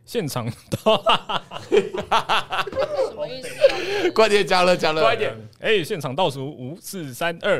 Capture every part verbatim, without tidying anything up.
现场到， 什么意思？ 快点加了加了， 快点！哎，现场倒数五四三二。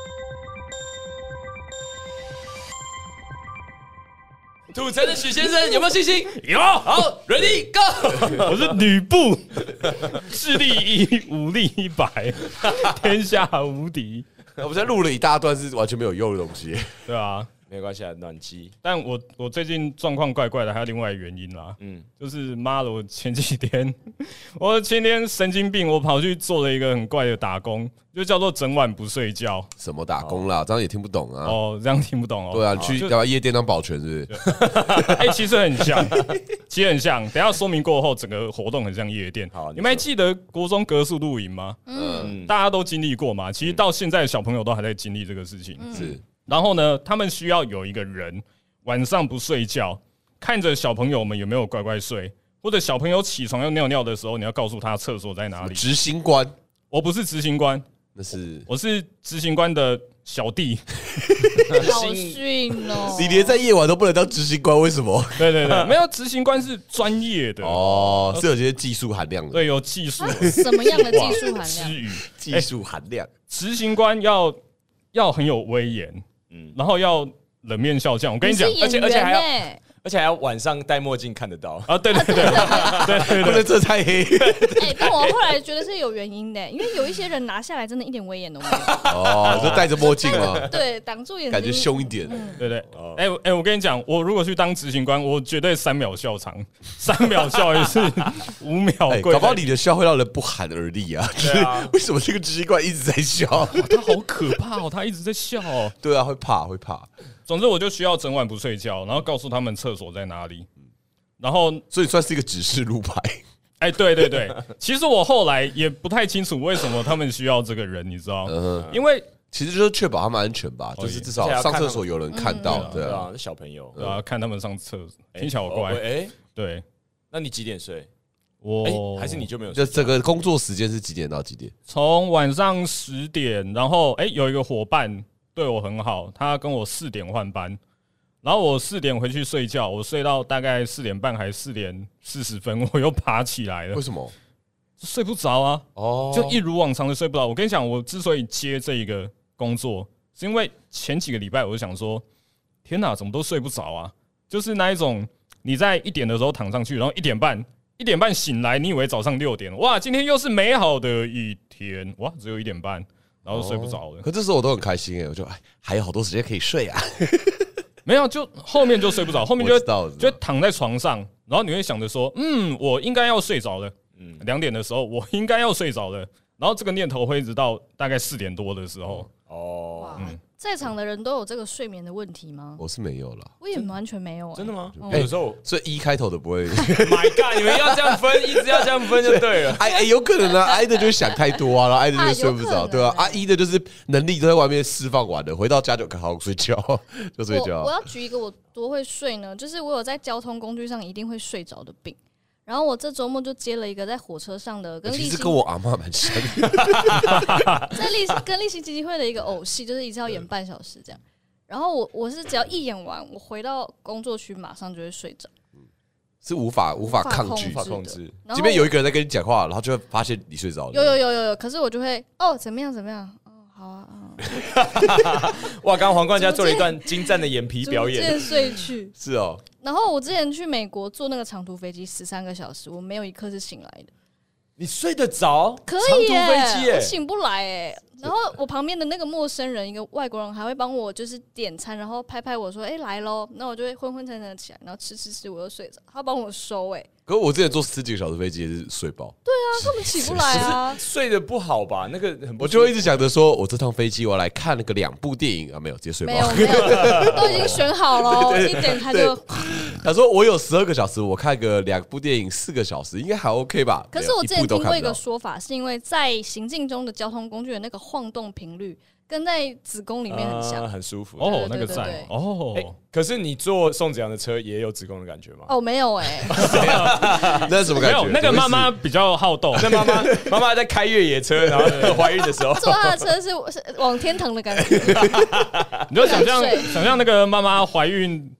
土城的许先生有没有信心？ 有， 好 ，Ready Go！ 我是吕布，智力一，武力一百，天下无敌。 我们现在录了一大段是完全没有用的东西， 对啊， 没关系啊，暖机。 但我我最近状况怪怪的，还有另外一个原因啦。嗯，就是妈的，我前几天，我前天神经病，我跑去做了一个很怪的打工，就叫做整晚不睡觉。 什么打工啦？这样也听不懂啊。 哦，这样听不懂哦。 对啊，你去要不要夜店当保全是不是？ 哎，其实很像，其实很像。等一下说明过后，整个活动很像夜店。好，你们还记得国中格数露营吗？嗯，大家都经历过嘛。其实到现在小朋友都还在经历这个事情。 是。 然后呢，他们需要有一个人晚上不睡觉，看着小朋友们有没有乖乖睡，或者小朋友起床要尿尿的时候，你要告诉他厕所在哪里。 执行官， 我不是执行官， 那是我是执行官的小弟。 好逊哦！ 你连在夜晚都不能当执行官，为什么？ 对对对，没有执行官是专业的哦，是有些技术含量的。 对，有技术。 什么样的技术含量？ 技术含量。 执行官要要很有威严。嗯，然后要冷面笑匠，我跟你讲， 而且而且还要，而且还要晚上戴墨镜看得到啊！对对对对对， 不能这太黑。 哎，但我后来觉得是有原因的，因为有一些人拿下来真的一点威严都没有。 哦，就戴着墨镜吗？ 对，挡住眼睛， 感觉凶一点。 对对，哎哎，我跟你讲，我如果去当执行官，我绝对三秒笑场，三秒笑也是五秒跪。 搞不好你的笑会让人不寒而栗啊！就是为什么这个执行官一直在笑？ 他好可怕哦，他一直在笑哦。 对啊，会怕会怕。 总之，我就需要整晚不睡觉，然后告诉他们厕所在哪里。然后， 所以算是一个指示路牌。 哎，对对对，其实我后来也不太清楚为什么他们需要这个人，你知道？嗯，因为其实就是确保他们安全吧，就是至少上厕所有人看到，对啊， 小朋友， 对啊，看他们上厕所，听起来好乖。哎，对， 那你几点睡？ 我还是你就没有？ 就整个工作时间是几点到几点？ 从晚上十点，然后哎，有一个伙伴对我很好，他跟我四点换班，然后我四点回去睡觉，我睡到大概四点半还四点四十分，我又爬起来了。 为什么？ 睡不着啊！哦，就一如往常的睡不着。我跟你讲，我之所以接这一个工作，是因为前几个礼拜我就想说，天哪，怎么都睡不着啊？就是那一种，你在一点的时候躺上去，然后一点半，一点半醒来，你以为早上六点，哇，今天又是美好的一天，哇，只有一点半。然后睡不着了， 可这时候我都很开心哎，我就哎还有好多时间可以睡啊。 没有，就后面就睡不着，后面就就躺在床上，然后你会想着说，嗯，我应该要睡着了，嗯，两点的时候我应该要睡着了，然后这个念头会一直到大概四点多的时候。哦， 嗯，在场的人都有这个睡眠的问题吗？ 我是没有啦， 我也完全没有、欸， 真的吗？ 有时候所以一开头的不会。 My God， 你们要这样分，一直要这样分就对了。 哎哎，有可能啊，挨的就想太多啊，然后挨的就睡不着，对吧？啊，一的就是能力都在外面释放完了，回到家就好好睡觉，就睡觉。 我我要举一个我多会睡呢，就是我有在交通工具上一定会睡着的病。然后我这周末就接了一个在火车上的跟立新， 其实跟我阿嬷蛮像的， 在立跟立新基金会的一个偶戏，就是一次要演半小时这样。然后我我是只要一演完，我回到工作区马上就会睡着， 是无法无法抗拒、 无法控制。 即便有一个人在跟你讲话，然后就会发现你睡着了。 有有有有有，可是我就会哦怎么样怎么样哦好啊啊！ 哇，刚刚皇冠家做了一段精湛的眼皮表演， 逐渐睡去是哦。 然后我之前去美国坐那个长途飞机十三个小时，我没有一刻是醒来的。 你睡得着？ 可以耶， 长途飞机耶， 我醒不来哎。然后我旁边的那个陌生人，一个外国人，还会帮我就是点餐，然后拍拍我说：“哎、欸，来咯。”那我就会昏昏沉沉的起来，然后吃吃吃，我又睡着。他帮我收哎。 可是我之前坐十几个小时飞机也是睡饱。 对啊，根本起不来啊。 睡得不好吧？那个很我就会一直想着说，我这趟飞机我要来看那个两部电影啊，没有直接睡饱。 没有没有，都已经选好了，一点他就。 他说我有十二个小时，我看个两部电影四个小时，应该还 OK 吧？ 可是我之前听过一个说法，是因为在行进中的交通工具的那个晃动频率。跟在子宫里面很像， 呃、很舒服哦，那个赞哦、 欸。可是你坐宋子阳的车也有子宫的感觉吗？ 哦，没有哎、 欸，那是什么感觉？ 那个妈妈比较好动， 那妈妈妈妈在开越野车，然后怀孕的时候坐她的车是是往天堂的感觉。 你就想象想象那个妈妈怀孕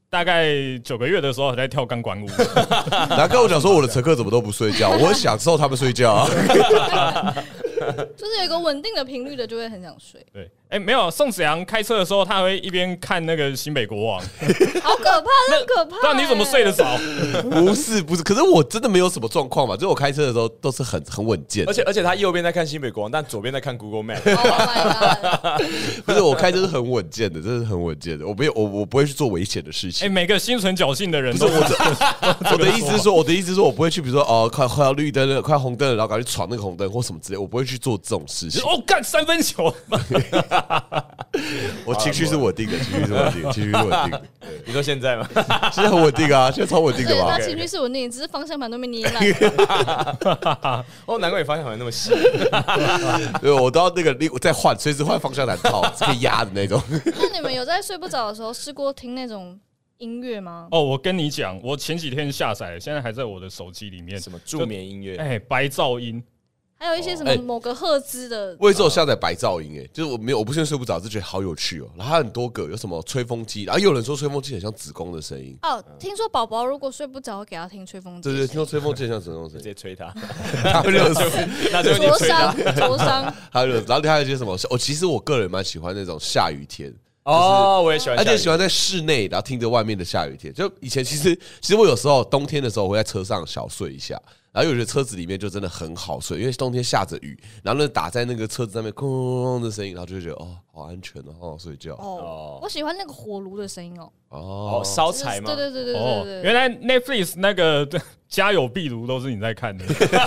大概九个月的时候还在跳钢管舞， 然后跟我讲说我的乘客怎么都不睡觉，我很享受他们睡觉啊。 就是有一个稳定的频率的，就会很想睡。 对，哎、欸，没有，宋子阳开车的时候，他会一边看那个新北国王， 好可怕，很可怕、欸。 那你怎么睡得着？ 不是不是，可是我真的没有什么状况嘛，就我开车的时候都是很很稳健， 而且而且他右边在看新北国王，但左边在看 Google Map。 Oh my god！ 不是我开车是很稳健的，真的是很稳健的，我没有我我不会去做危险的事情。 哎、欸，每个心存侥幸的人都是我的，我的意思是说，我的意思是说我不会去，比如说哦，快快要绿灯了，快红灯了，然后赶紧闯那个红灯或什么之类，我不会去做这种事情。 哦，干三分球， 我情绪是稳定的，情绪是稳定的，情绪是稳定的。 你说现在吗？ 现在很稳定啊，现在超稳定的吧？ 他情绪是稳定，只是方向盘都被捏烂。 哦，难怪你方向盘那么细。 对，我都要那个再换，随时换方向盘套，可以压的那种。 那你们有在睡不着的时候试过听那种音乐吗？ 哦，我跟你讲，我前几天下载，现在还在我的手机里面。 什么助眠音乐？ 哎、欸，白噪音。 还有一些什么某个赫兹的， 我也是有下载白噪音，哎，就是我没有，我不是睡不着，就觉得好有趣哦。然后它很多个，有什么吹风机，然后有人说吹风机很像子宫的声音。 哦，听说宝宝如果睡不着，给他听吹风机。 对对，听说吹风机很像子宫的声音， 直接吹他， 他会热死， 那就灼伤，灼伤。 还有，然后还有一些什么？哦，其实我个人蛮喜欢那种下雨天。 哦，我也喜欢， 而且喜欢在室内，然后听着外面的下雨天。就以前其实，其实我有时候冬天的时候，我会在车上小睡一下，然后有些车子里面就真的很好睡，因为冬天下着雨，然后呢打在那个车子上面空空空的声音，然后就会觉得哦，好安全哦，好好睡觉。 哦，我喜欢那个火炉的声音哦。 哦， 烧柴吗？ 对对对对对哦， 对。 原来 Netflix 那个家有壁炉都是你在看的，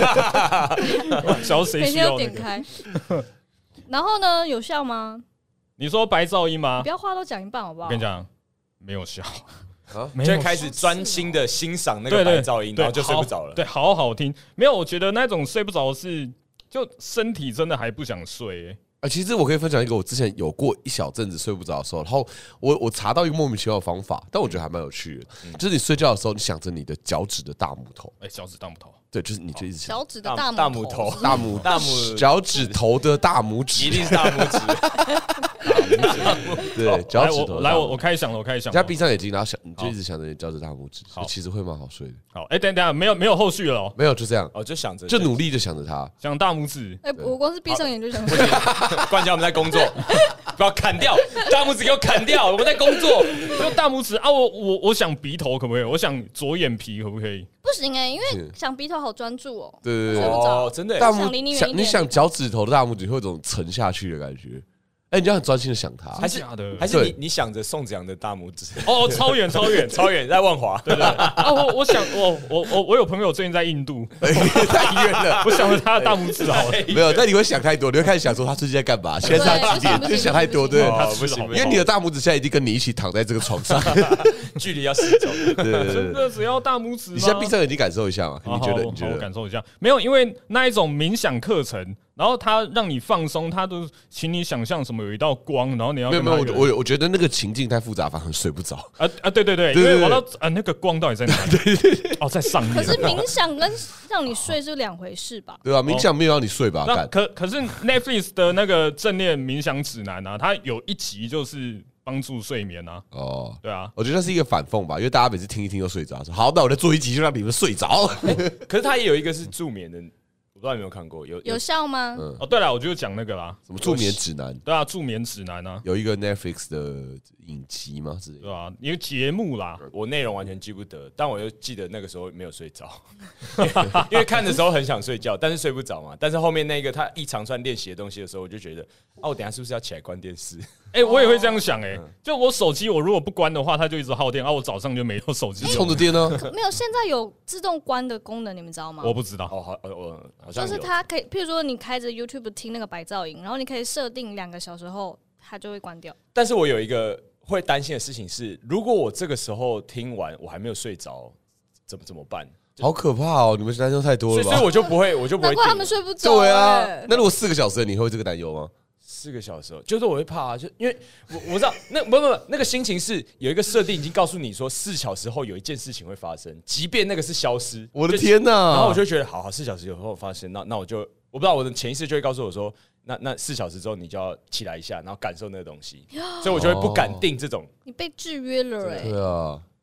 小谁需要、那个？ 每天都点开。然后呢，有效吗？ 你说白噪音吗？ 不要话都讲一半好不好？ 我跟你讲，没有效， 啊， 就开始专心的欣赏那个白噪音，然后就睡不着了。 对，好好听。没有，我觉得那种睡不着是，就身体真的还不想睡、欸。 啊，其实我可以分享一个我之前有过一小阵子睡不着的时候，然后我我查到一个莫名其妙的方法，但我觉得还蛮有趣的，嗯、就是你睡觉的时候，你想着你的脚趾的大拇头， 哎、欸，脚趾大拇头， 对，就是你就一直想脚趾的大大拇头， 大拇大拇脚趾头的大拇指， 一定是大拇指， 大拇指，对，脚趾头。 来，我我开始想了，我开始想了， 现在闭上眼睛，然后想，你就一直想着你脚趾大拇指，好，其实会蛮好睡的。 好，哎、欸，等等，没有没有后续了、喔， 没有，就这样， 哦，就想着， 就努力的想着它， 想大拇指。 哎、欸，我光是闭上眼就想睡。 冠家我们在工作，不要砍掉大拇指，给我砍掉！我们在工作， 就大拇指啊！我我我想鼻头可不可以？我想左眼皮可不可以？ 不行哎、欸，因为想鼻头好专注哦、喔， 对对对， 睡不着， 哦，真的。 大拇指想你想脚趾头的大拇指会有种沉下去的感觉。哎、欸，你就很专心的想它， 还是假的？ 还是你你想着宋子阳的大拇指？ 哦，超远超远超远，在万华。 对对。哦，我我想我我我我有朋友最近在印度， 太远了。 我想着他的大拇指好了。 没有，但你会想太多，你会开始想说他最近在干嘛？现在是他几点？就想太多，对， 他不行， 因为你的大拇指现在已经跟你一起躺在这个床上， 距离要适中。 对对对， 真的只要大拇指吗？ 你现在闭上眼睛感受一下嘛？你觉得？你觉得？ 我感受一下。没有，因为那一种冥想课程。然后他让你放松，他都请你想象什么有一道光，然后你要没有没有，我我我觉得那个情境太复杂，反而睡不着。 啊啊，对对对，因为我要啊那个光到底在哪里？对对对，哦，在上面。 可是冥想跟让你睡是两回事吧？ 对啊，冥想没有让你睡吧？ 那可可是 Netflix 的那个正念冥想指南啊，它有一集就是帮助睡眠啊。哦，对啊， 我觉得那是一个反讽吧，因为大家每次听一听都睡着，说好，那我再做一集就让你们睡着。 可是它也有一个是助眠的。不知道你有没有看过，有有效吗？ 嗯、哦，对了，我就讲那个啦， 什么助眠指南？ 对啊，助眠指南啊， 有一个 Netflix 的影集吗？之类的， 对啊，一个节目啦。 我内容完全记不得，但我又记得那个时候没有睡着，因为看的时候很想睡觉，但是睡不着嘛。但是后面那个他一长串练习的东西的时候，我就觉得，啊，我等一下是不是要起来关电视？ 哎、欸，我也会这样想、欸，哎、嗯，就我手机我如果不关的话，它就一直耗电，啊，我早上就没有手机充着电呢。 没有，现在有自动关的功能，你们知道吗？ 我不知道。 哦，好，我好像就是它可以，譬如说你开着 YouTube 听那个白噪音，然后你可以设定两个小时后它就会关掉。 但是我有一个会担心的事情是，如果我这个时候听完我还没有睡着，怎么怎么办？ 好可怕哦！你们担忧太多了吧？ 所以我就不会，我就不会。 难怪他们睡不着、欸。 对啊，那如果四个小时，你会这个担忧吗？ 四个小时，就是我会怕啊，就因为我我知道那不不不，那个心情是有一个设定已经告诉你说四小时后有一件事情会发生，即便那个是消失。 我的天哪！ 然后我就觉得，好好，四小时以后发生，那那我就我不知道我的潜意识就会告诉我说，那那四小时之后你就要起来一下，然后感受那个东西，所以我就会不敢定这种。 你被制约了哎、欸。 对啊。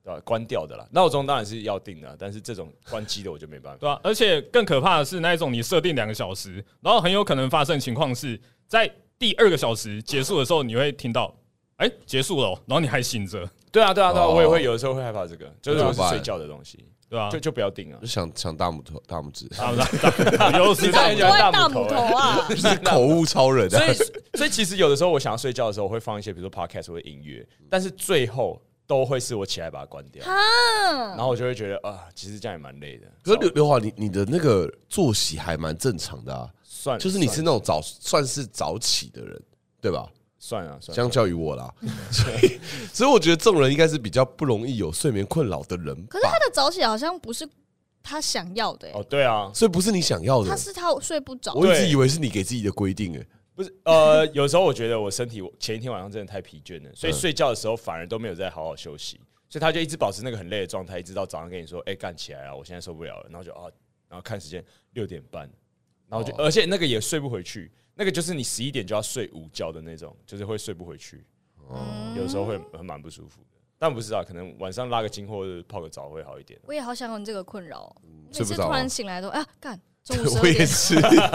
对吧、啊？关掉的啦，闹钟当然是要定的，但是这种关机的我就没办法。 对啊，而且更可怕的是那一种你设定两个小时，然后很有可能发生情况是在第二个小时结束的时候，你会听到，哎、欸，结束了、喔，然后你还醒着。 对啊，对啊，对啊，哦、我也会有的时候会害怕这个，就是我是睡觉的东西。对啊，就就不要定啊， 就想想大拇头、大拇指， 大拇指，又是大拇头啊， 就是口误超人。 所以，所以其实有的时候我想要睡觉的时候，我会放一些比如说 podcast 或者音乐，但是最后都会是我起来把它关掉，然后我就会觉得啊，其实这样也蛮累的。 可是刘刘华，你你的那个作息还蛮正常的啊， 算就是你是那种早算是早起的人，对吧？ 算啊，算相较于我啦，所以所以我觉得这种人应该是比较不容易有睡眠困扰的人吧。 可是他的早起好像不是他想要的、欸， 哦，对啊， 所以不是你想要的， 他是他睡不着。 我一直以为是你给自己的规定，哎， 不是，呃，有时候我觉得我身体前一天晚上真的太疲倦了，所以睡觉的时候反而都没有在好好休息，所以他就一直保持那个很累的状态，一直到早上跟你说，哎、欸，干起来啊，我现在受不了了，然后就啊，然后看时间六点半，然后就、哦、而且那个也睡不回去。那个就是你十一点就要睡午觉的那种，就是会睡不回去，哦、有时候会很蛮不舒服的。但不知道，可能晚上拉个筋或者泡个澡会好一点。 我也好想有这个困扰、嗯，每次突然醒来都啊，干中午十二点。 我也是，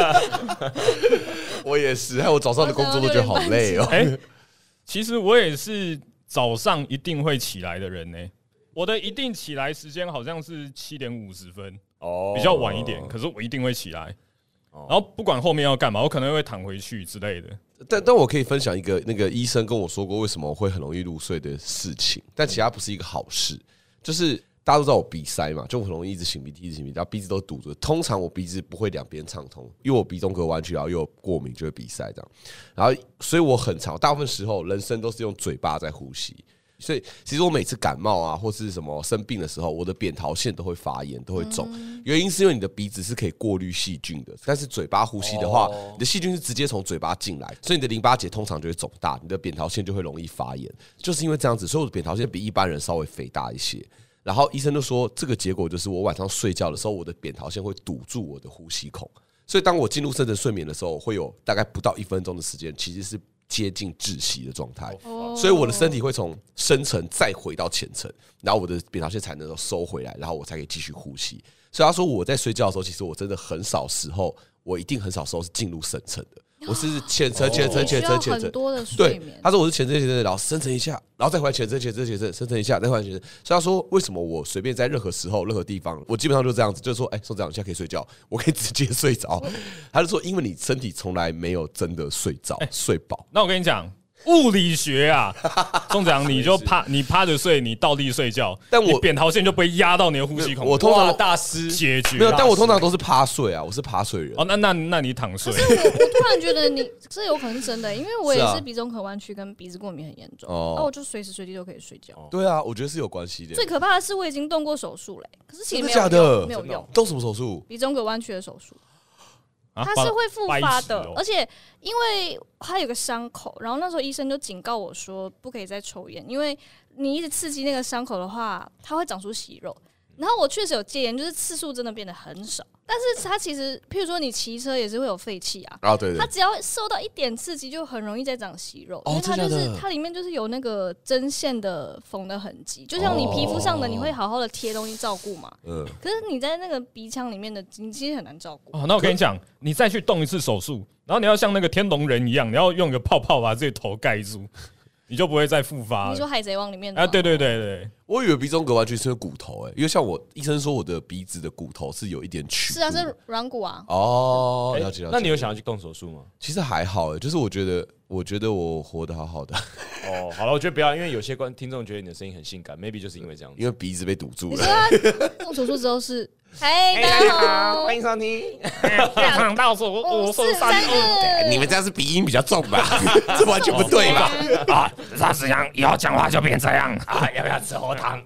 我也是，还有我早上的工作都觉得好累哦。 哎、欸，其实我也是早上一定会起来的人呢、欸。我的一定起来时间好像是七点五十分，哦，比较晚一点，可是我一定会起来。然后不管后面要干嘛，我可能会躺回去之类的。 但但我可以分享一个那个医生跟我说过为什么我会很容易入睡的事情，但其他不是一个好事。就是大家都知道我鼻塞嘛，就很容易一直擤鼻涕，一直擤鼻涕，然后鼻子都堵住。通常我鼻子不会两边畅通，因为我鼻中隔弯曲，然后又有过敏，就会鼻塞这样。然后所以我很长，大部分时候人生都是用嘴巴在呼吸。所以其实我每次感冒啊，或是什么生病的时候，我的扁桃腺都会发炎，都会肿。原因是因为你的鼻子是可以过滤细菌的，但是嘴巴呼吸的话，你的细菌是直接从嘴巴进来，所以你的淋巴结通常就会肿大，你的扁桃腺就会容易发炎。就是因为这样子，所以我的扁桃腺比一般人稍微肥大一些。然后医生就说，这个结果就是我晚上睡觉的时候，我的扁桃腺会堵住我的呼吸孔，所以当我进入深层睡眠的时候，会有大概不到一分钟的时间，其实是接近窒息的状态，所以我的身体会从深层再回到浅层，然后我的扁桃腺才能收回来，然后我才可以继续呼吸。所以他说我在睡觉的时候，其实我真的很少时候，我一定很少时候是进入深层的，我是浅层、浅层、浅层、浅层。对，他说我是浅层、浅层，然后深层一下，然后再回来浅层、浅层、浅层，深层一下，再回来浅层。所以他说为什么我随便在任何时候、任何地方，我基本上就这样子，就是说，哎、欸，宋长，你现在可以睡觉，我可以直接睡着。他就说，因为你身体从来没有真的睡着、欸、睡饱。 那我跟你讲。物理学啊，钟子阳，你就趴你趴着睡，你倒地睡觉，但我扁桃腺就不会压到你的呼吸孔。 我通常大师解决没有，但我通常都是趴睡啊，我是趴睡人。 哦，那那那你躺睡？ 可是我我突然觉得你这有可能是真的，因为我也是鼻中隔弯曲跟鼻子过敏很严重，哦，那我就随时随地都可以睡觉。 对啊，我觉得是有关系的。 最可怕的是我已经动过手术嘞，可是其实没有真的假的没有用。 动什么手术？ 鼻中隔弯曲的手术。 啊、 它是会复发的， 哦、 而且因为它有个伤口，然后那时候医生就警告我说不可以再抽烟，因为你一直刺激那个伤口的话，它会长出息肉。然后我确实有戒烟，就是次数真的变得很少。但是它其实，譬如说你骑车也是会有废气啊， 啊对对， 它只要受到一点刺激，就很容易再长息肉，因为它就是它里面就是有那个针线的缝的痕迹，就像你皮肤上的，你会好好的贴东西照顾嘛，嗯，可是你在那个鼻腔里面的，你其实很难照顾。 哦，那我跟你讲，你再去动一次手术，然后你要像那个天龙人一样，你要用一个泡泡把自己头盖住。你就不会再复发了。 你说《海贼王》里面的啊？对对对对， 我以为鼻中隔弯曲是因为骨头、欸，哎，因为像我医生说我的鼻子的骨头是有一点曲。 是啊，是软骨啊。 哦，了解了解。 那你有想要去动手术吗？ 其实还好、欸，就是我觉得，我觉得我活得好好的。 哦，好了，我觉得不要，因为有些观听众觉得你的声音很性感 ，maybe 就是因为这样子， 因为鼻子被堵住了。 动手术之后是。嗨，大家好， 欢迎收听。 唱倒数五四三二， 你们这样是鼻音比较重吧？这完全不对吧？ 啊，沙子阳以后讲话就变这样啊！要不要吃喉糖？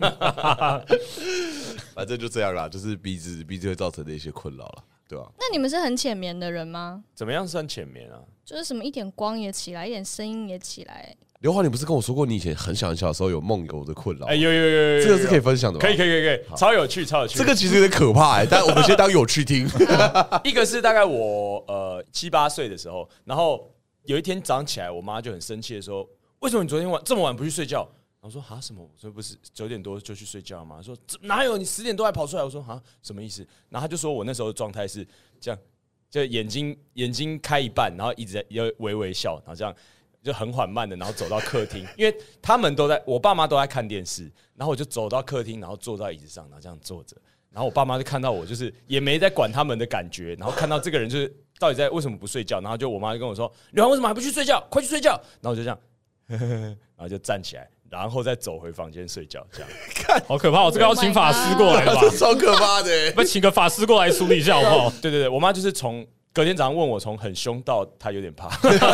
反正就这样啦，就是鼻子鼻子会造成的一些困扰啦，对吧、啊？ 那你们是很浅眠的人吗？ 怎么样算浅眠啊？ 就是什么一点光也起来，一点声音也起来。 刘华，你不是跟我说过你以前很小很小的时候有梦游的困扰？ 哎、欸，有有有有， 这个是可以分享的吗？ 可以可以可以可以，超有趣超有趣。 这个其实有点可怕哎、欸，但我们先当有趣听。 一个是大概我呃七八岁的时候，然后有一天早上起来，我妈就很生气的说：“为什么你昨天晚这么晚不去睡觉？ 然后说啊什么？我说不是九点多就去睡觉吗？他说哪有你十点多还跑出来？我说啊什么意思？然后他就说我那时候的状态是这样，就眼睛眼睛开一半，然后一直在要微微笑，然后这样就很缓慢的，然后走到客厅，因为他们都在，我爸妈都在看电视，然后我就走到客厅，然后坐到椅子上，然后这样坐着，然后我爸妈就看到我，就是也没在管他们的感觉，然后看到这个人就是到底在为什么不睡觉，然后就我妈就跟我说：“刘涵为什么还不去睡觉？快去睡觉！”然后我就这样，呵呵呵然后就站起来。然后再走回房间睡觉，这样看好可怕！我这个要请法师过来吧， 超可怕的。 不请个法师过来处理一下好不好？ 对对对，我妈就是从隔天早上问我，从很凶到她有点怕，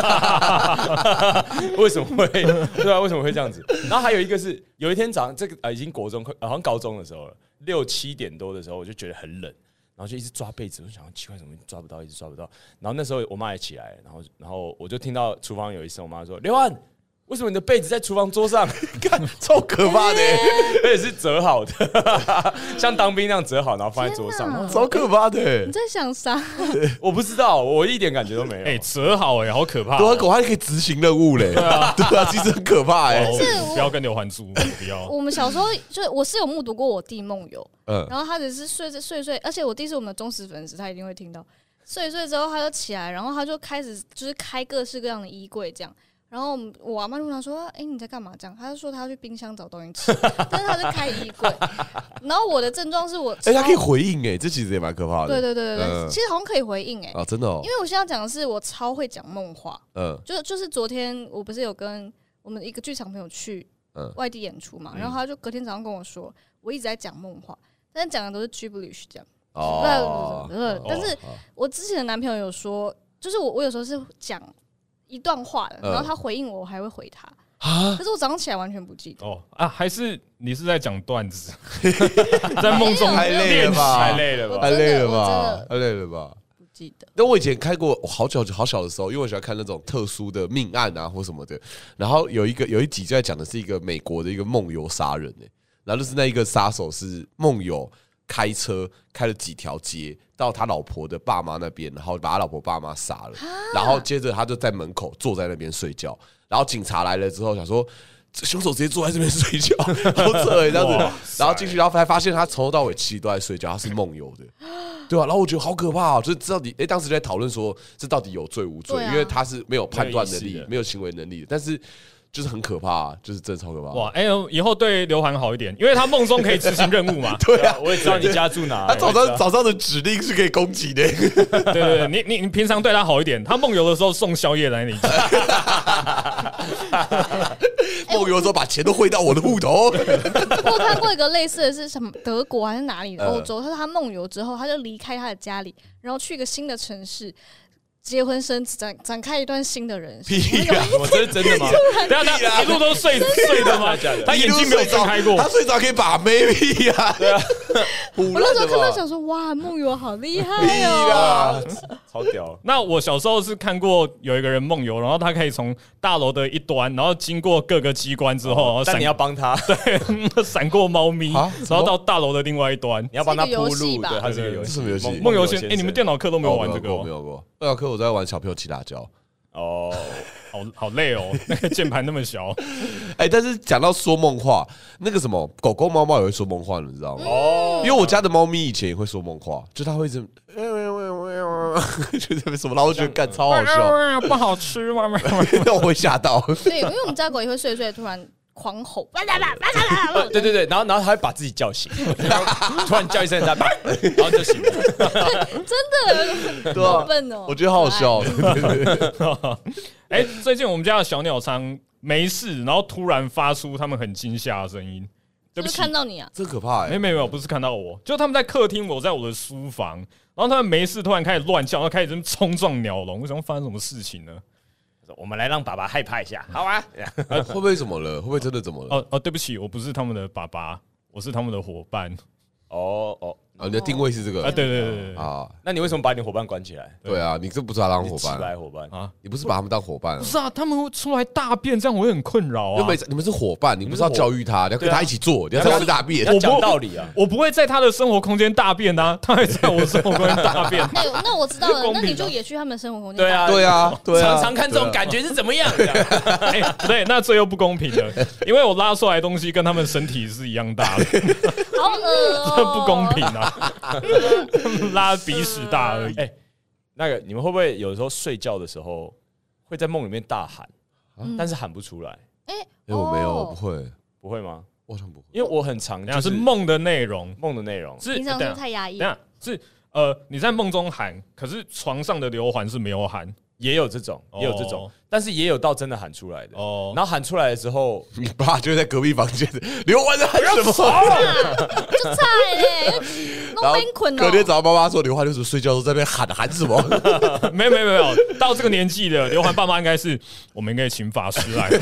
为什么会对啊？为什么会这样子？然后还有一个是有一天早上，这个呃已经国中，好像高中的时候了，六七点多的时候，我就觉得很冷，然后就一直抓被子，我就想奇怪怎么抓不到，一直抓不到。然后那时候我妈也起来，然后然后我就听到厨房有一声，我妈说：“刘安。”为什么你的被子在厨房桌上？ 看超可怕的， 而且是折好的，像当兵那样折好，然后放在桌上， 超可怕的。 你在想啥？ 我不知道，我一点感觉都没有。 哎，折好哎，好可怕！ 对啊，狗还可以执行任务嘞。对啊，对啊，其实很可怕哎。 不要跟刘环珠，不要。 我们小时候就我是有目睹过我弟梦游， 嗯， 然后他只是睡着睡睡，而且我弟是我们的忠实粉丝，他一定会听到。睡一睡之后他就起来，然后他就开始就是开各式各样的衣柜这样。然后我阿嬤就问他说：“哎、欸，你在干嘛？”这样，他就说他要去冰箱找东西吃，但是他在开衣柜。然后我的症状是我， 哎、欸，他可以回应哎、欸，这其实也蛮可怕的。 对对对对对， 嗯、 其实好像可以回应哎、欸、 啊，真的哦。 因为我现在讲的是我超会讲梦话， 嗯， 就就是昨天我不是有跟我们一个剧场朋友去外地演出嘛，嗯、然后他就隔天早上跟我说，我一直在讲梦话，但是讲的都是 gibberish 这样。哦，但是我之前的男朋友有说，就是我我有时候是讲一段话的，然后他回应我，我还会回他。可是我早上起来完全不记得。 哦啊，还是你是在讲段子，在梦中太累了吧？ 太累了吧？ 太累了吧？太累了吧？ 不记得。 但我以前看过，好小好小的时候，因为我喜欢看那种特殊的命案啊或什么的。然后有一个有一集就在讲的是一个美国的一个梦游杀人、欸、然后就是那一个杀手是梦游。开车开了几条街到他老婆的爸妈那边，然后把他老婆爸妈杀了，然后接着他就在门口坐在那边睡觉，然后警察来了之后想说凶手直接坐在这边睡觉，好扯欸这样子，然后进去然后才发现他从头到尾其实都在睡觉，他是梦游的，对啊，然后我觉得好可怕哦，就是到底哎、欸，当时就在讨论说这到底有罪无罪，因为他是没有判断能力，没有行为能力的，但是。就是很可怕、啊，就是真的超可怕、啊。 哇，哎、欸，以后对刘涵好一点，因为他梦中可以执行任务嘛。 对啊， 我也知道你家住哪。 他早上早上的指令是可以攻击的。 对对对，你你你平常对他好一点，他梦游的时候送宵夜来你家。 梦游的时候把钱都汇到我的户头。 我有看过一个类似的是什么德国还是哪里的欧洲，他说他梦游之后，他就离开他的家里，然后去一个新的城市。结婚生子，展展开一段新的人生。 屁啊！ 我这是真的吗？ 对啊，他一路都睡睡的吗？他眼睛没有睁开过， 他睡着可以把妹屁啊！对啊， 我那时候看到想说，哇，梦游好厉害哦， 超屌。 那我小时候是看过有一个人梦游，然后他可以从大楼的一端，然后经过各个机关之后， 但你要帮他， 对，闪过猫咪，然后到大楼的另外一端， 你要帮他铺路。对，它是个游戏， 什么游戏？ 梦游先，哎，你们电脑课都没有玩这个？ 没有过，电脑课我在玩小朋友骑大胶。 哦，好好累哦，那个键盘那么小。 哎，但是讲到说梦话，那个什么狗狗、猫猫也会说梦话，你知道吗？哦，因为我家的猫咪以前也会说梦话，就它会一直，就特别什么，然后我觉得干超好笑， 不好吃吗？ 让我会吓到。 对，因为我们家狗也会睡睡突然。狂吼， 对对对，然后然后他会把自己叫醒，突然叫一声他，然后就醒了， 真的， 对啊， 好笨哦， 我觉得好好笑。 哎，最近我们家的小鸟仓没事，然后突然发出他们很惊吓的声音，对不起， 看到你啊， 真可怕哎！ 没没有，不是看到我，就他们在客厅，我在我的书房，然后他们没事，突然开始乱叫，然后开始冲撞鸟笼，为什么发生什么事情呢？ 我们来让爸爸害怕一下，好啊？ 会不会怎么了？会不会真的怎么了？ 哦哦，对不起，我不是他们的爸爸，我是他们的伙伴。 哦哦， 啊，你的定位是这个啊，对对对对啊。 那你为什么把你的伙伴关起来？ 对啊，你这不是把他当伙几百伴伙伴啊， 你不是把他们当伙伴啊不？是啊，他们会出来大便，这样我会很困扰啊。 因为你们是伙伴，你不是要教育他，你要跟他一起做，你要对啊教育大便你。要讲道理啊！ 我不会在他的生活空间大便啊，他会在我生活空间大便。 那那我知道了， 公平啊那你就也去他们生活空间。 对啊， 对啊，对啊， 常常看这种感觉是怎么样的？ 哎，不对，那这又不公平了，因为我拉出来的东西跟他们身体是一样大的， 好恶哦， 这不公平啊！拉鼻屎大而已。 哎，那个你们会不会有时候睡觉的时候会在梦里面大喊，但是喊不出来？ 哎， 哎，我没有， 哦不会， 不会吗？ 我好像不会。 因为我很常那就是是梦的内容， 梦的内容， 是平常是等一下太压抑等一。下是呃你在梦中喊，可是床上的刘环是没有喊也有这种，也有这种哦， 但是也有到真的喊出来的。 哦。 然后喊出来的时候， 你爸就在隔壁房间，刘欢在喊什么？ 就菜嘞，弄然后冰捆隔天哦。 早上妈妈说刘欢就是睡觉的时候在那边喊喊什么？ 没有没有没有，到这个年纪的刘环爸妈应该是，我们应该请法师来。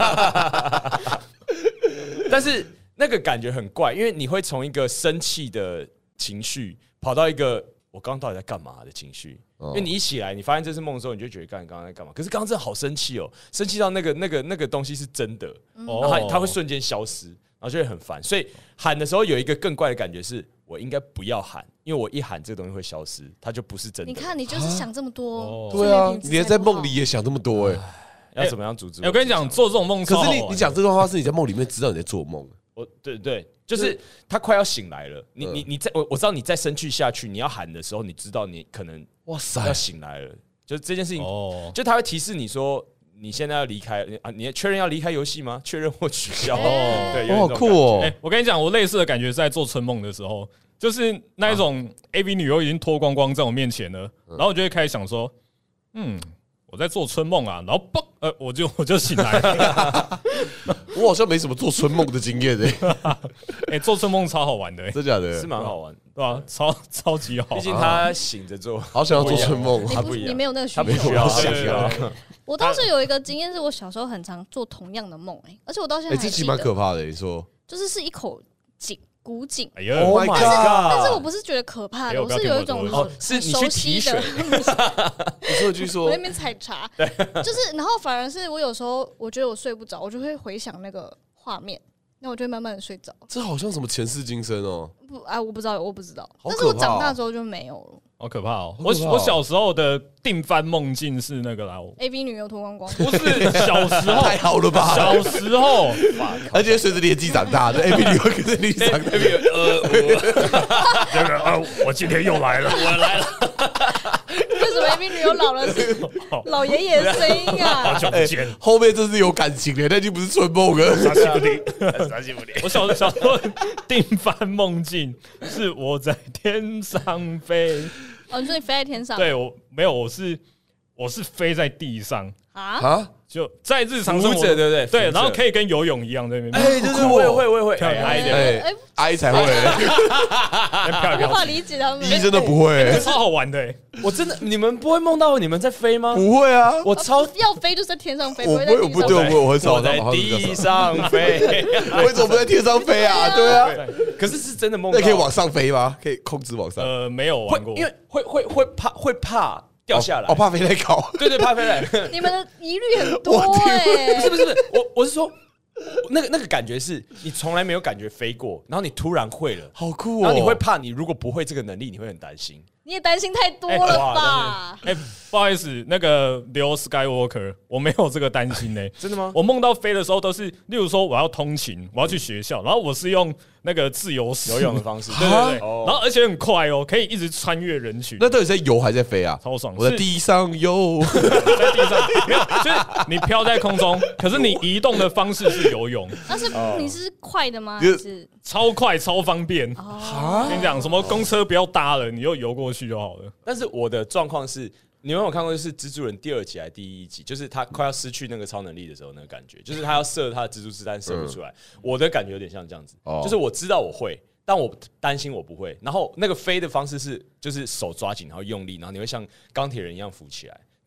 但是那个感觉很怪，因为你会从一个生气的情绪跑到一个我刚刚到底在干嘛的情绪。因为你一起来，你发现这是梦的时候，你就觉得干刚刚在干嘛？可是刚刚真的好生气哦，生气到那个那个那个东西是真的，然后它它会瞬间消失，然后就会很烦。所以喊的时候有一个更怪的感觉是，我应该不要喊，因为我一喊这个东西会消失，它就不是真的。 你看，你就是想这么多哦， 对啊， 你你连在梦里也想这么多哎。 要怎么样阻止？ 欸我跟你讲，做这种梦超可好玩， 是你你讲这段话是你在梦里面知道你在做梦， 我对对，就是他快要醒来了。你嗯你你在我我知道你再生气下去，你要喊的时候，你知道你可能哇塞要醒来了。就是这件事情， 哦， 就他会提示你说你现在要离开啊，你确认要离开游戏吗？确认或取消。 哦对，有哇，好点这种酷哦哎、！我跟你讲，我类似的感觉是在做春梦的时候，就是那一种 A V 女优已经脱光光在我面前了，然后我就会开始想说，嗯，我在做春梦啊，然后嘣，呃，我就我就醒来了。 我好像没什么做春梦的经验哎， 哎、做春梦超好玩的、欸， 真假感觉是的？ 蛮好玩。 对吧、超超级好毕。竟他醒着做， 好想要做春梦你不他不一样你没有那个需他不需求。 要我想对对要对我倒是有一个经验，是我小时候很常做同样的梦，哎，而且我到现在哎，这期蛮还记得， 可怕的。你说就是是一口井，古井。 哎呀 Oh my god 但是我不是觉得可怕的，我哎呦不要是有一种听我说哦是你去熟悉提的水， 你说句我说在那边采茶，就是，然后反而是我有时候我觉得我睡不着，我就会回想那个画面，那我就会慢慢的睡着。 这好像什么前世今生哦。 不，哎，我不知道，我不知道， 好但是我可怕哦长大之后就没有了。 好可怕哦！ 好可怕哦我我小时候的定番梦境是那个啦，我 A V 女优脱光光， 不是小时候， 太好了吧！ 小时候而且随着年纪长大，这 A B 女会跟着你长大。 这个啊，我今天又来了，我来了， 为什么 A V 女优老了是老爷爷的声音好啊？ 哎久不见。 后面这是有感情的，那已经不是春梦了。 傻西不灵，傻西不灵。我小小时候定番梦境是我在天上飞， 哦，你说你飞在天上？ 对我没有，我是我是飞在地上， 啊， 啊， 就在日常生活扶着对不对对， 扶着然后可以跟游泳一样在那边， 哎，对对，我也会，我也会， 跳哎矮一点哎哎， 哀才会， 无漂漂法理解他们。 一真的不会， 超好玩的欸。 我真的，你们不会梦到你们在飞吗？ 不会啊。 我超， 要飞就是在天上飞， 我不会，我会在地上不对，我飞。 不会，我很少我在地上飞。 为什么不在天上飞啊？对啊， 可是是真的梦到， 那可以往上飞吗？可以控制往上？ 呃，没有会玩过， 因为会会会怕会怕掉下来哦，，怕飞太高。 对对，怕飞来。 你们的疑虑很多我天哎， 不是不是不是，我我是说，那个那个感觉是你从来没有感觉飞过，然后你突然会了， 好酷哦！ 然后你会怕，你如果不会这个能力，你会很担心。 你也担心太多哎了哇吧？ 哎，不好意思，那个刘 Skywalker，我没有这个担心呢。 真的吗？ 我梦到飞的时候都是，例如说我要通勤，我要去学校，然后我是用那个自由式游泳的方式， 对对对， 哦然后而且很快哦，可以一直穿越人群， 那到底在游还是在飞啊？ 超爽。 我在是地上游， 在地上没有，就是你飘在空中，可是你移动的方式是游泳， 那是你是快的吗？ 你还是超快超方便。 哦？ 跟你讲，什么公车不要搭了，你就游过去就好了。 但是我的状况是，你们有看过就是蜘蛛人第二集还是第一集，就是他快要失去那个超能力的时候，那个感觉，就是他要射他的蜘蛛丝，但射不出来。我的感觉有点像这样子， 哦就是我知道我会，但我担心我不会。然后那个飞的方式是，就是手抓紧，然后用力，然后你会像钢铁人一样浮起来。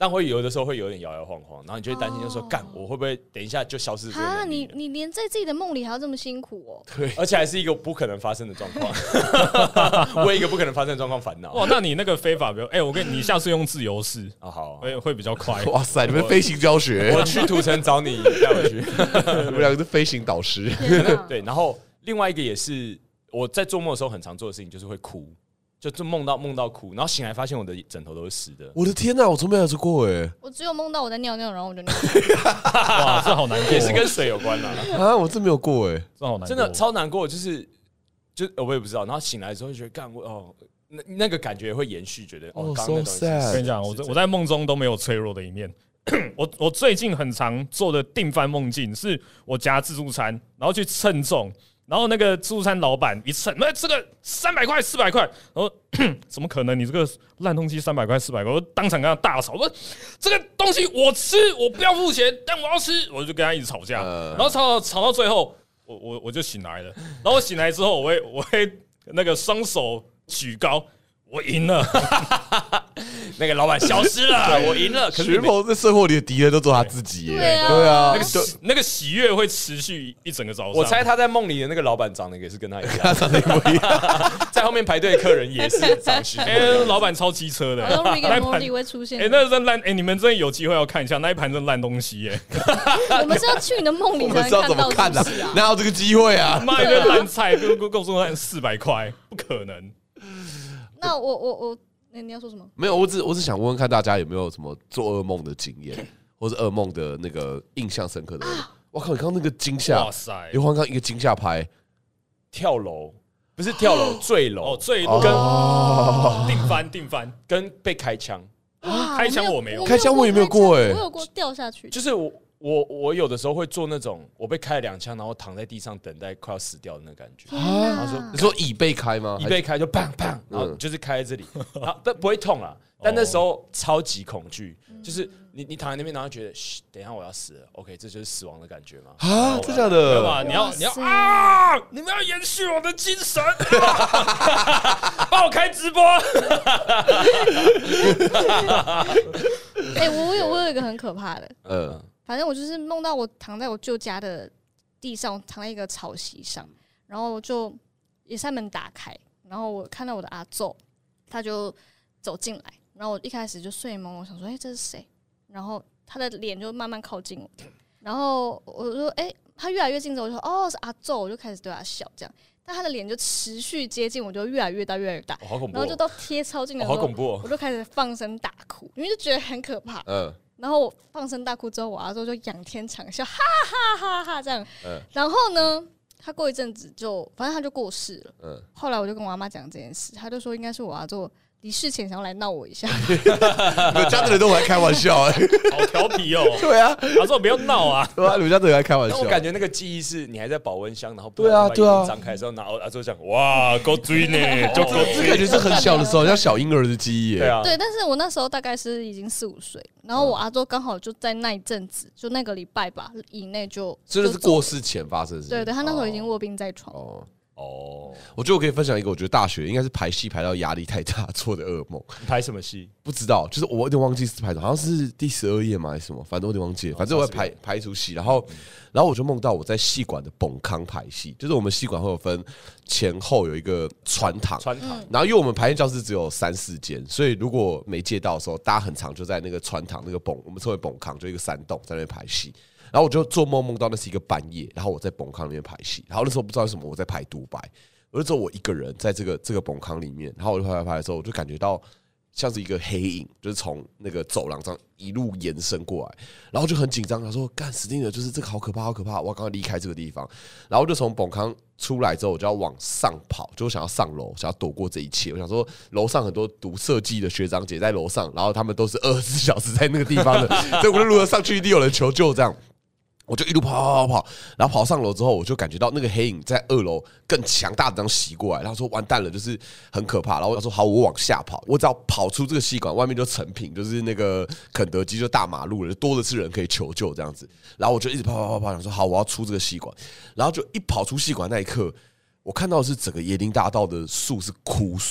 但会有的时候会有点摇摇晃晃，然后你就会担心，就说干、我会不会等一下就消失这个能力了？ 你你连在自己的梦里还要这么辛苦哦？ 对，而且还是一个不可能发生的状况，为一个不可能发生的状况烦恼。 哇，那你那个飞法，比如哎、欸，我跟你，你下次用自由式啊，好， 会会比较快。 哇塞，你们飞行教学， 我去土城找你带我去， 你们两个是飞行导师。 对，然后另外一个也是我在做梦的时候很常做的事情，就是会哭。就就梦到梦到哭，然后醒来发现我的枕头都是湿的。 我的天哪，我从没有做过哎！ 我只有梦到我在尿尿，然后我就尿。 哇，这好难过， 也是跟水有关啦。 啊，我真没有过哎， 这好难过， 真的超难过。就是就我也不知道，然后醒来之后就觉得干我哦，那那个感觉会延续，觉得哦，刚刚那东西。 我跟你讲，我我在梦中都没有脆弱的一面。我我最近很常做的定番梦境，是我夹自助餐，然后去称重。然后那个自助餐老板一称，那这个三百块、四百块，然后怎么可能？你这个烂东西三百块、四百块，我当场跟他大吵，我说这个东西我吃，我不要付钱，但我要吃，我就跟他一直吵架，然后吵吵到最后，我我我就醒来了。然后我醒来之后，我会我会那个双手举高，我赢了。 那个老板消失了，我赢了。 徐鹏在生活里的敌人都做他自己耶， 对啊， 对啊， 那个喜那个喜悦会持续一整个早上。 我猜他在梦里的那个老板长得也是跟他一样，长得一模一样。在后面排队的客人也是长徐鹏。 哎，老板超机车的， 那一盘会出现。 哎，那真烂，哎，你们真的有机会要看一下那一盘真烂东西耶。 我们是要去你的梦里才能看到， 看的，哪有这个机会啊？ 妈一堆烂菜，跟跟跟我说四百块，不可能。 那我我我。欸、你要说什么？ 没有，我只我只想问问看大家有没有什么做噩梦的经验，或是噩梦的那个印象深刻的。我、啊、靠，你刚刚那个惊吓，哇塞！刘欢刚一个惊吓拍， 跳楼不是跳楼，坠楼哦，坠楼跟哦定翻定翻跟被开枪， 开枪我没有， 开枪我也没有过哎、欸， 我有过掉下去， 就是我。我我有的时候会做那种我被开了两枪，然后躺在地上等待快要死掉的那个感觉。然后说你说椅背开吗？ 椅背开就砰砰，然后就是开在这里，然后但不会痛啦。但那时候超级恐惧，就是你你躺在那边，然后觉得嘘，等一下我要死了 ，OK， 这就是死亡的感觉嘛。 啊，真的？对吧？你要你要啊！你们要延续我的精神，帮我开直播。 哎，我有我有一个很可怕的， 嗯。 反正我就是梦到我躺在我舅家的地上，躺在一个草席上，然后就一扇门打开，然后我看到我的阿祖，他就走进来，然后我一开始就睡懵，我想说，哎、欸，这是谁？然后他的脸就慢慢靠近我，然后我就说，哎、欸，他越来越近之后，我就说，哦，是阿祖，我就开始对他笑，这样，但他的脸就持续接近，我就越来越大，越来越大， 哦、好恐怖、哦， 然后就到贴超近的时候、 哦，好恐怖、哦， 我就开始放声大哭，因为就觉得很可怕， 嗯。 然后我放声大哭之后，我阿祖就仰天长啸，哈哈哈哈这样。 嗯、 然后呢，他过一阵子就，反正他就过世了。嗯、后来我就跟我阿妈讲这件事，他就说应该是我阿祖离世前想要来闹我一下。 你们家的人都还开玩笑哎、欸， 好调皮哦。 对啊， 阿祖不要闹啊。 对啊，你们家的人还开玩笑。 我感觉那个记忆是你还在保温箱，然后对啊对啊， 张开的时候，然后阿祖讲哇够追呢，就这感觉是很小的时候，像小婴儿的记忆耶。 对啊， 对，但是我那时候大概是已经四五岁，然后我阿祖刚好就在那一阵子，就那个礼拜吧以内就， 真的是过世前发生的事。 对对，他那时候已经卧病在床。 哦。 哦， 我觉得我可以分享一个，我觉得大学应该是排戏排到压力太大做的噩梦。 你排什么戏？ 不知道，就是我有点忘记是排什么，好像是第十二页嘛还是什么，反正我有点忘记了。反正我在排排一出戏，然后然后我就梦到我在戏馆的本康排戏，就是我们戏馆会有分前后有一个穿堂， 穿堂。 然后因为我们排练教室只有三四间，所以如果没借到的时候，大家很常就在那个穿堂那个本，我们称为本康，就一个山洞在那边排戏。然后我就做梦梦到那是一个半夜，然后我在本康里面排戏，然后那时候不知道为什么我在排独白。我就只有我一个人在这个这个本康里面，然后我就拍拍拍的时候，我就感觉到像是一个黑影，就是从那个走廊上一路延伸过来，然后就很紧张，他说：“干死定了，就是这个好可怕，好可怕！我要赶快离开这个地方。”然后就从本康出来之后，我就要往上跑，就想要上楼，想要躲过这一切。我想说，楼上很多读设计的学长姐在楼上，然后他们都是二十四小时在那个地方的，所以我就如果上去一定有人求救这样。我就一路跑跑跑跑，然后跑上楼之后，我就感觉到那个黑影在二楼更强大的这样袭过来，然后说完蛋了，就是很可怕。然后我说好，我往下跑，我只要跑出这个戏馆，外面就成品，就是那个肯德基就大马路了，多的是人可以求救这样子。然后我就一直跑跑跑跑，想说好，我要出这个戏馆。然后就一跑出戏馆那一刻，我看到的是整个椰林大道的树是枯树。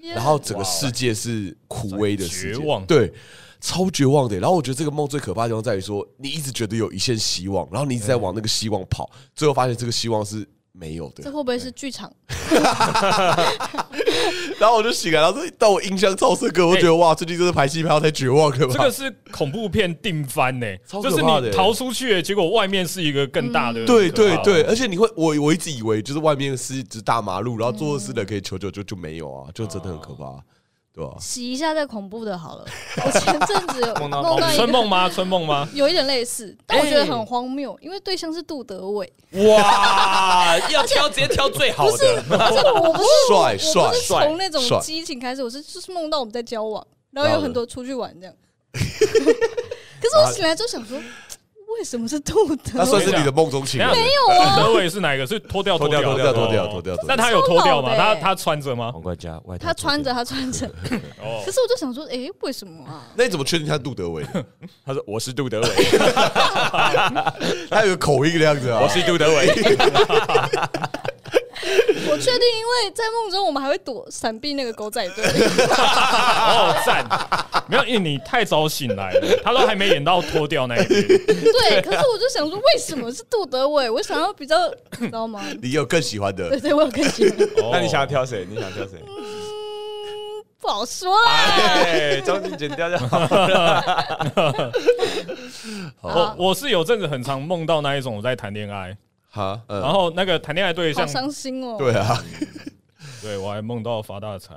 然后整个世界是枯萎的世界， 绝望， 对，超绝望的。然后我觉得这个梦最可怕的地方在于说，你一直觉得有一线希望，然后你一直在往那个希望跑，最后发现这个希望是没有的。 这会不会是剧场？ 然后我就醒来，然后到我印象超深刻，我觉得哇，最近真是排戏排到太绝望了吧？ 这个是恐怖片定番呢、欸，就是你逃出去，结果外面是一个更大的。 对对对，而且你会，我我一直以为就是外面是一只大马路，然后做事的可以求救，就就没有啊，就真的很可怕。对吧？ 洗一下再恐怖的好了。我前阵子有梦到一个春梦吗？春梦吗？ 有一点类似，但我觉得很荒谬，因为对象是杜德伟。 哇，要挑直接挑最好的。 不是，而且我不是帅帅， 我不是从那种激情开始，我是就是梦到我们在交往，然后有很多出去玩这样。可是我醒来之后想说。为什么是杜德伟？ 那算是你的梦中情人？ 没有啊， 杜德伟是哪一个？是脱掉、 脱掉、脱掉、脱掉、脱掉。 那他有脱掉吗？他他穿着吗？ 皇冠加外套。 他穿着，他穿着。可是我就想说，哎，为什么啊？ 那你怎么确定他是杜德伟？ 他说我是杜德伟， 他有个口音的样子啊。 我是杜德伟。 我确定，因为在梦中我们还会躲闪避那个狗仔队。 哦，赞！没有，因为你太早醒来了，他都还没演到脱掉那一边。 对，可是我就想说，为什么是杜德伟？我想要比较，你知道吗？ 你有更喜欢的？ 对对，我有更喜欢。 那你想要挑谁？你想挑谁？ 嗯，不好说啦。 哎，中间剪掉就好了。 我我是有阵子很常梦到那一种我在谈恋爱。 哈， 嗯、然后那个谈恋爱对象， 好伤心哦。 对啊， 对我还梦到发大财。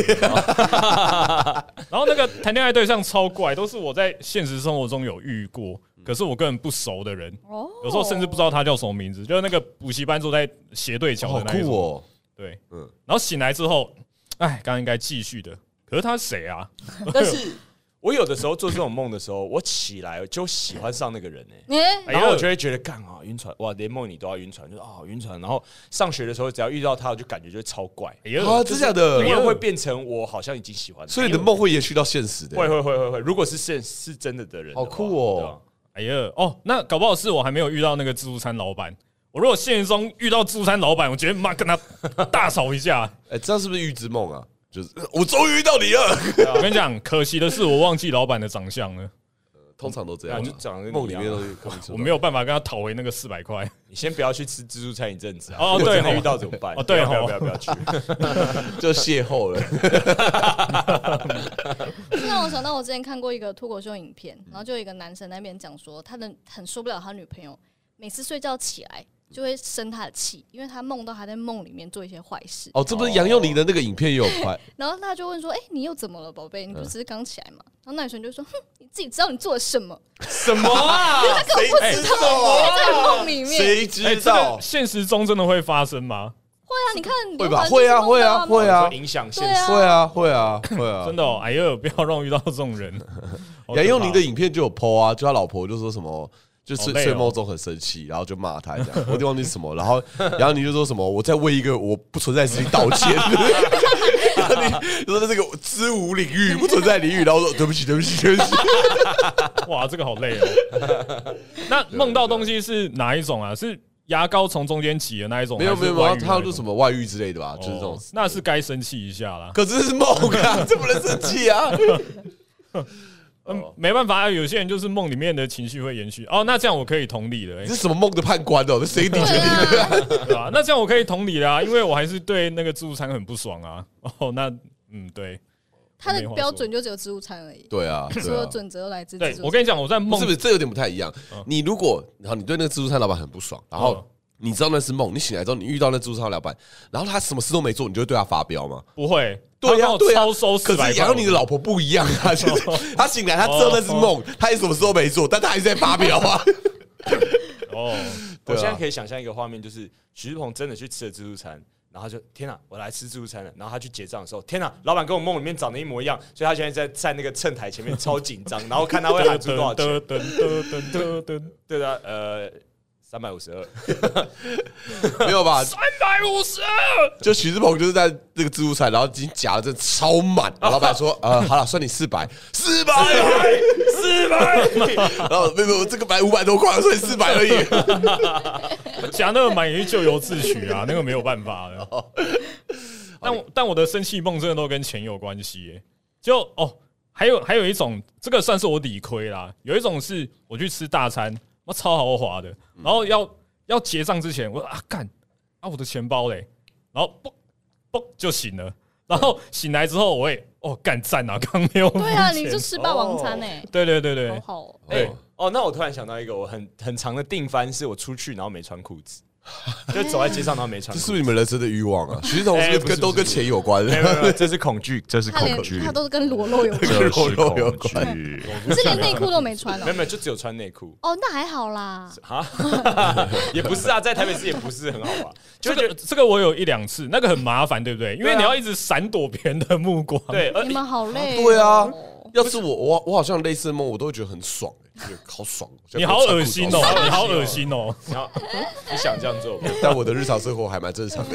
然后那个谈恋爱对象超怪，都是我在现实生活中有遇过，可是我根本不熟的人。哦，有时候甚至不知道他叫什么名字，就是那个补习班坐在斜对角的那一种。 好酷哦。 对，嗯。然后醒来之后，哎，刚刚应该继续的，可是他是谁啊？ 但是。我有的时候做这种梦的时候，我起来就喜欢上那个人哎、欸，然后我就会觉得干啊晕船哇，连梦里都要晕船，就是啊晕船。然后上学的时候，只要遇到他，我就感觉就会超怪。 啊，真的假的？ 因为会变成我好像已经喜欢他， 所以你的梦会延续到现实的。 会会会会会，如果是现是真的的人， 好酷哦！ 哎呀哦，那搞不好是我还没有遇到那个自助餐老板。我如果现实中遇到自助餐老板，我觉得妈跟他大吵一架。 哎，这样是不是预知梦啊？就是我终于遇到你了。 我跟你讲，可惜的是我忘记老板的长相了。 通常都这样， 就长得梦里面都我没有办法跟他讨回那个四百块。 你先不要去吃自助餐一阵子啊！ 哦，对， 遇到怎么办？ 哦，对， 不要不要不要去， 就邂逅了。 这让我想到我之前看过一个脱口秀影片，然后就有一个男生那边讲说，他的很受不了他女朋友每次睡觉起来。就会生他的气，因为他梦到他在梦里面做一些坏事。 哦，这不是杨佑宁的那个影片也有拍。 然后他就问说：“哎、欸，你又怎么了，宝贝？你不只是刚起来嘛？”然后那女生就说：“哼，你自己知道你做了什么？ 什么啊？ 因为他根本不知道，因为在梦里面， 谁知道？ 现实中真的会发生吗？ 会啊，你看， 会吧？会啊，会啊，会啊， 影响现实。 会啊，会啊，会啊！ 真的哦，哎呦，不要让我遇到这种人。 杨佑宁的影片就有 po 啊，就他老婆就说什么。就睡睡梦中很生气，然后就骂他这样，我忘记是什么，然后然后你就说什么，我在为一个我不存在的事情道歉，然后你说这个知无领域不存在领域，然后说对不起对不起对不起， 哇，这个好累哦。那梦到东西是哪一种啊？是牙膏从中间挤的那一种？ 没有没有没有，他说什么外遇之类的吧，就是这种， 那是该生气一下啦。 可是是梦啊，这不能生气啊。 嗯，没办法，有些人就是梦里面的情绪会延续。哦，那这样我可以同理了。 你是什么梦的判官哦？这谁你决定的？ 对吧？那这样我可以同理啦，因为我还是对那个自助餐很不爽啊。哦，那嗯，对， 他的标准就只有自助餐而已。 对啊， 所有准则都来自自助餐。 对，我跟你讲，我在梦是不是这有点不太一样？你如果然后你对那个自助餐老板很不爽，然后你知道那是梦，你醒来之后你遇到那自助餐老板，然后他什么事都没做，你就会对他发飙吗？ 不会。 对呀、啊，对呀、啊。可是杨佑宁的老婆不一样啊，就是他醒来，他知道那是梦，他也什么事都没做，但他还是在发飙啊。 哦，我现在可以想象一个画面，就是许志鹏真的去吃了自助餐，然后就天哪，我来吃自助餐了。然后他去结账的时候，天哪，老板跟我梦里面长得一模一样，所以他现在在在那个秤台前面超紧张，然后看他会喊出多少钱。对的，呃。三百五十二， 没有吧？ 三百五十二， 就许志鹏就是在那个自助餐，然后已经夹的真的超满。老板说：“呃，好了，算你四百，四百，四百。”然后没有，这个买五百多块，所以四百而已。 夹那个满也是咎由自取啊，那个没有办法的。 但我但我的生气梦真的都跟钱有关系耶。就哦，还有还有一种，这个算是我理亏啦。有一种是我去吃大餐，我超豪华的，然后要要结账之前，我说啊干啊我的钱包嘞，然后嘣嘣就醒了。然后醒来之后，我会哦干赞啊，刚没有付钱。 对啊，你就吃霸王餐哎、欸。 对对对对， 好好、哦。 哎、欸、哦，那我突然想到一个我很很长的定番，是我出去然后没穿裤子。就走在街上，然后没穿。 这是不是你们人生的欲望啊？徐总是不是跟都跟钱有关？ 没有没有，这是恐惧，这是恐惧， 他都是跟裸露有关， 跟裸露有关。 你是连内裤都没穿哦？ 没有没有，就只有穿内裤。 哦，那还好啦。 啊，也不是啊，在台北市也不是很好吧？ 这个这个我有一两次，那个很麻烦，对不对？因为你要一直闪躲别人的目光。 对， 你们好累。 对啊，要是我我我好像类似的梦，我都会觉得很爽。好爽！ 你好恶心哦！你好恶心哦！ 你好，你想这样做？ 但我的日常生活还蛮正常的。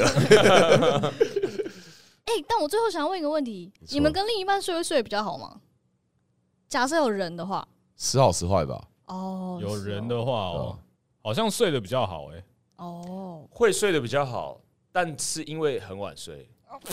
哎，但我最后想要问一个问题：你们跟另一半睡会睡得比较好吗？假设有人的话， 时好时坏吧。 哦， 有人的话哦，好像睡得比较好哎。 哦， 会睡得比较好，但是因为很晚睡。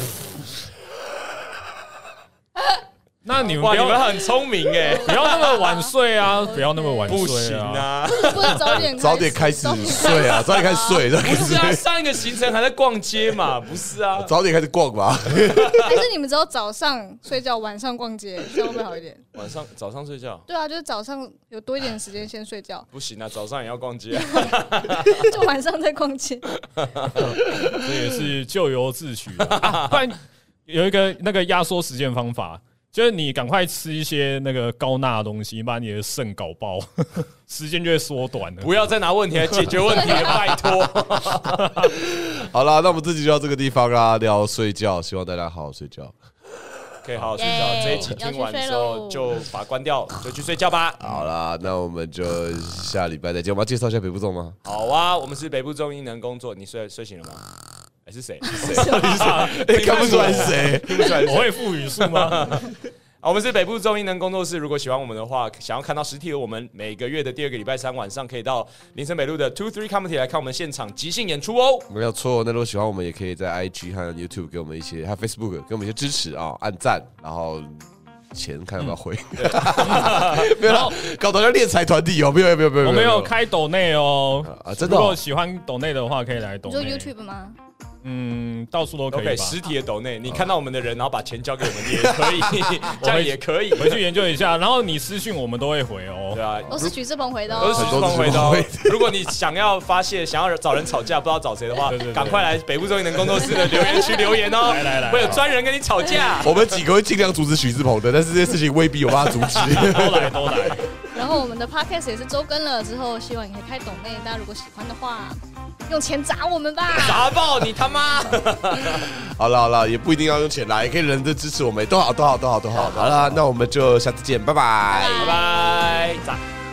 那你们哇，你们很聪明哎， 不要那么晚睡啊！不要那么晚睡啊！ 不行啊！ 不能早点早点开始睡啊！早点开始睡， 不是啊？上一个行程还在逛街嘛？不是啊？ 早点开始逛吧。 还是你们只有早上睡觉，晚上逛街，这样会不会好一点？ 晚上早上睡觉？ 对啊，就是早上有多一点时间先睡觉。 不行啊，早上也要逛街， 就晚上再逛街。 这也是咎由自取啊！不然有一个那个压缩时间方法。就是你赶快吃一些那个高钠的东西，把你的肾搞爆，时间就会缩短了。 不要再拿问题来解决问题了，拜托。 好啦，那我们这集就到这个地方啦，聊睡觉，希望大家好好睡觉， 可以好好睡觉。这一集听完之后就把它关掉，就去睡觉吧。 好啦，那我们就下礼拜再见。我们要介绍一下北部粽吗？ 好啊，我们是北部粽音能工作。你睡睡醒了吗？哎、欸，是谁？是谁？ 哎，看不出来是谁？ 听不出来是谁？ 我会赋语数吗？ 我们是北部中音能工作室。如果喜欢我们的话，想要看到实体的我们，每个月的第二个礼拜三晚上，可以到林森北路的 Two Three Comedy 来看我们现场即兴演出哦。 没有错。那如果喜欢我们，也可以在 I G 和 YouTube 给我们一些，还有 Facebook 给我们一些支持啊、喔，按赞，然后钱看要不要回。嗯、没有，搞得像练财团体哦、喔，没有没有没有， 我们有开抖内哦。 啊，真的、喔。 如果喜欢抖内的话，可以来抖内。 你说 YouTube 吗？ 嗯，到处都可以吧。 Okay, 实体的抖内，你看到我们的人，然后把钱交给我们也可以，这样也可以。 回去研究一下，然后你私讯我们都会回哦。 对啊， 都是许志鹏回的哦， 都是许志鹏回的哦。如果你想要发泄，想要找人吵架，不知道找谁的话，赶快来北部中艺能工作室的留言区留言哦。 来来来， 会有专人跟你吵架。 我们几个会尽量阻止许志鹏的，但是这些事情未必有办法阻止。 都来都来。 然后我们的 podcast 也是周更了，之后希望你可以开抖内，大家如果喜欢的话，用钱砸我们吧， 砸爆你他妈！ 好了好了，也不一定要用钱啦，也可以人的支持我们，都好都好都好都好。好了，那我们就下次见，拜拜， 拜拜，砸。